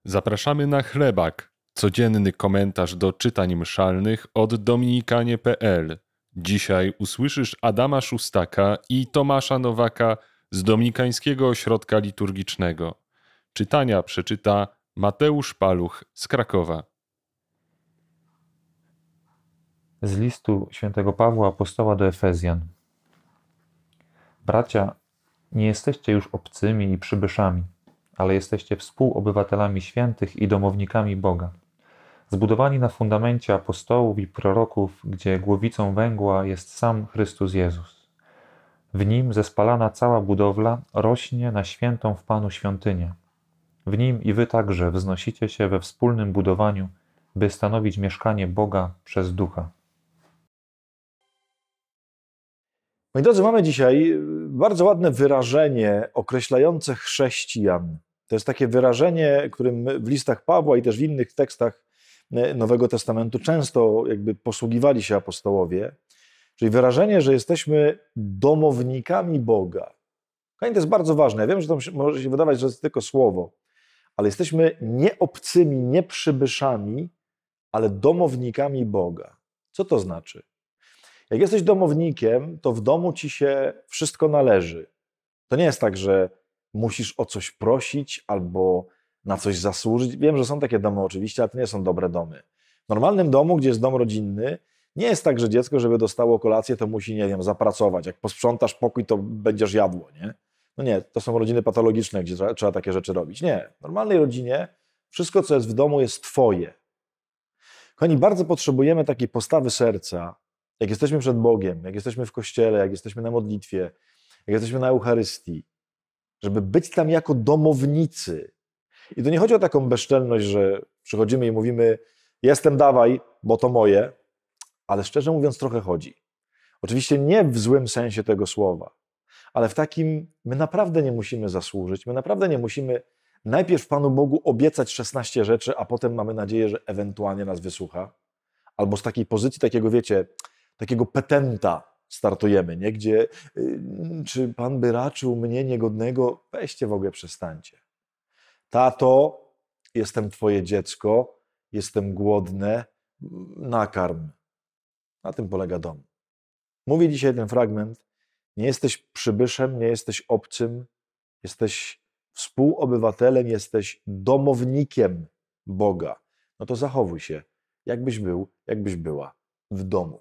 Zapraszamy na chlebak, codzienny komentarz do czytań mszalnych od dominikanie.pl. Dzisiaj usłyszysz Adama Szustaka i Tomasza Nowaka z Dominikańskiego Ośrodka Liturgicznego. Czytania przeczyta Mateusz Paluch z Krakowa. Z listu świętego Pawła Apostoła do Efezjan. Bracia, nie jesteście już obcymi i przybyszami, ale jesteście współobywatelami świętych i domownikami Boga, zbudowani na fundamencie apostołów i proroków, gdzie głowicą węgła jest sam Chrystus Jezus. W Nim zespalana cała budowla rośnie na świętą w Panu świątynię. W Nim i wy także wznosicie się we wspólnym budowaniu, by stanowić mieszkanie Boga przez Ducha. Moi drodzy, mamy dzisiaj bardzo ładne wyrażenie określające chrześcijan. To jest takie wyrażenie, którym w listach Pawła i też w innych tekstach Nowego Testamentu często posługiwali się apostołowie. Czyli wyrażenie, że jesteśmy domownikami Boga. Kochani, to jest bardzo ważne. Ja wiem, że to może się wydawać, że to jest tylko słowo, ale jesteśmy nie obcymi, nie przybyszami, ale domownikami Boga. Co to znaczy? Jak jesteś domownikiem, to w domu ci się wszystko należy. To nie jest tak, że musisz o coś prosić albo na coś zasłużyć. Wiem, że są takie domy oczywiście, ale to nie są dobre domy. W normalnym domu, gdzie jest dom rodzinny, nie jest tak, że dziecko, żeby dostało kolację, to musi, nie wiem, zapracować. Jak posprzątasz pokój, to będziesz jadło, nie? No nie, to są rodziny patologiczne, gdzie trzeba takie rzeczy robić. Nie, w normalnej rodzinie wszystko, co jest w domu, jest twoje. Kochani, bardzo potrzebujemy takiej postawy serca, jak jesteśmy przed Bogiem, jak jesteśmy w kościele, jak jesteśmy na modlitwie, jak jesteśmy na Eucharystii, żeby być tam jako domownicy. I to nie chodzi o taką bezczelność, że przychodzimy i mówimy: jestem, dawaj, bo to moje, ale szczerze mówiąc trochę chodzi. Oczywiście nie w złym sensie tego słowa, ale w takim, my naprawdę nie musimy zasłużyć, my naprawdę nie musimy najpierw Panu Bogu obiecać 16 rzeczy, a potem mamy nadzieję, że ewentualnie nas wysłucha. Albo z takiej pozycji takiego, wiecie, takiego petenta startujemy, nie? Gdzie czy Pan by raczył mnie niegodnego? Weźcie w ogóle, przestańcie. Tato, jestem twoje dziecko, jestem głodne, nakarm. Na tym polega dom. Mówię dzisiaj ten fragment. Nie jesteś przybyszem, nie jesteś obcym, jesteś współobywatelem, jesteś domownikiem Boga. No to zachowuj się, jakbyś był, jakbyś była w domu.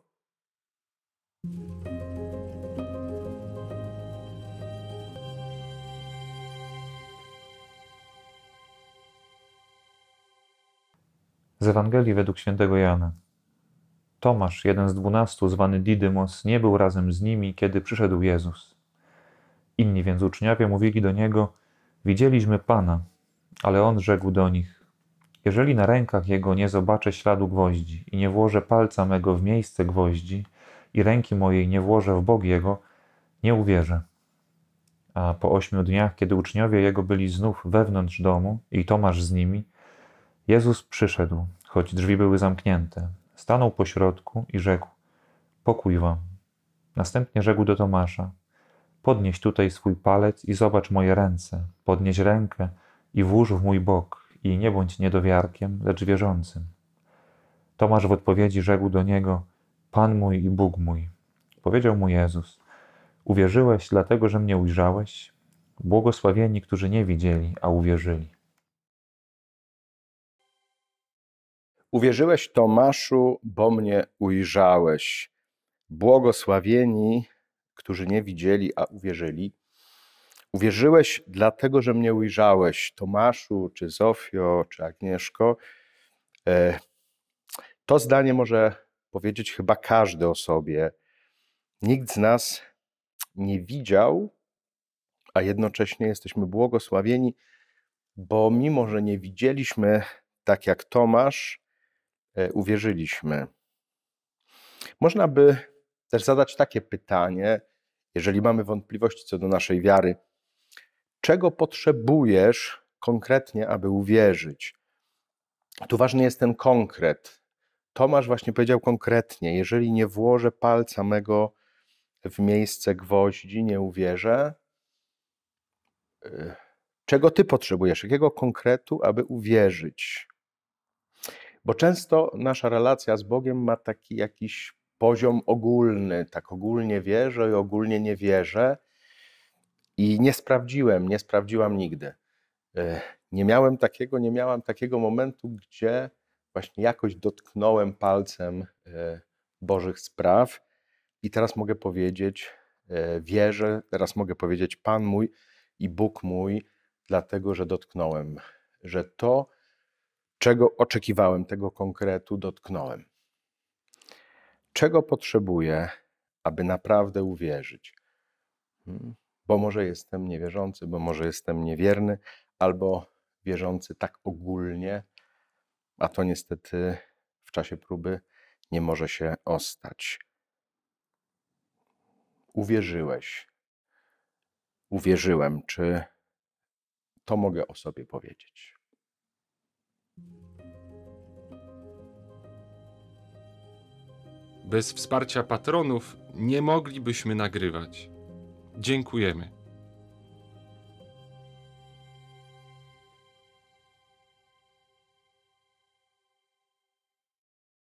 Z Ewangelii według świętego Jana. Tomasz, jeden z 12, zwany Didymos, nie był razem z nimi, kiedy przyszedł Jezus. Inni więc uczniowie mówili do Niego: widzieliśmy Pana, ale On rzekł do nich: jeżeli na rękach Jego nie zobaczę śladu gwoździ i nie włożę palca mego w miejsce gwoździ i ręki mojej nie włożę w bok Jego, nie uwierzę. A po 8 dniach, kiedy uczniowie Jego byli znów wewnątrz domu i Tomasz z nimi, Jezus przyszedł, choć drzwi były zamknięte. Stanął pośrodku i rzekł: pokój wam. Następnie rzekł do Tomasza: podnieś tutaj swój palec i zobacz moje ręce. Podnieś rękę i włóż w mój bok i nie bądź niedowiarkiem, lecz wierzącym. Tomasz w odpowiedzi rzekł do niego: Pan mój i Bóg mój. Powiedział mu Jezus: uwierzyłeś dlatego, że mnie ujrzałeś? Błogosławieni, którzy nie widzieli, a uwierzyli. Uwierzyłeś, Tomaszu, bo mnie ujrzałeś. Błogosławieni, którzy nie widzieli, a uwierzyli. Uwierzyłeś dlatego, że mnie ujrzałeś, Tomaszu, czy Zofio, czy Agnieszko. To zdanie może powiedzieć chyba każdy o sobie. Nikt z nas nie widział, a jednocześnie jesteśmy błogosławieni, bo mimo, że nie widzieliśmy, tak jak Tomasz, uwierzyliśmy. Można by też zadać takie pytanie, jeżeli mamy wątpliwości co do naszej wiary: czego potrzebujesz konkretnie, aby uwierzyć? Tu ważny jest ten konkret. Tomasz właśnie powiedział konkretnie: jeżeli nie włożę palca mego w miejsce gwoździ, nie uwierzę. Czego ty potrzebujesz? Jakiego konkretu, aby uwierzyć? Bo często nasza relacja z Bogiem ma taki jakiś poziom ogólny, tak ogólnie wierzę i ogólnie nie wierzę. I nie sprawdziłam nigdy. Nie miałam takiego momentu, gdzie właśnie jakoś dotknąłem palcem Bożych spraw i teraz mogę powiedzieć, wierzę, teraz mogę powiedzieć Pan mój i Bóg mój, dlatego że dotknąłem, że to, czego oczekiwałem, tego konkretu dotknąłem. Czego potrzebuję, aby naprawdę uwierzyć? Bo może jestem niewierzący, bo może jestem niewierny, albo wierzący tak ogólnie, a to niestety w czasie próby nie może się ostać. Uwierzyłeś. Uwierzyłem. Czy to mogę o sobie powiedzieć? Bez wsparcia patronów nie moglibyśmy nagrywać. Dziękujemy.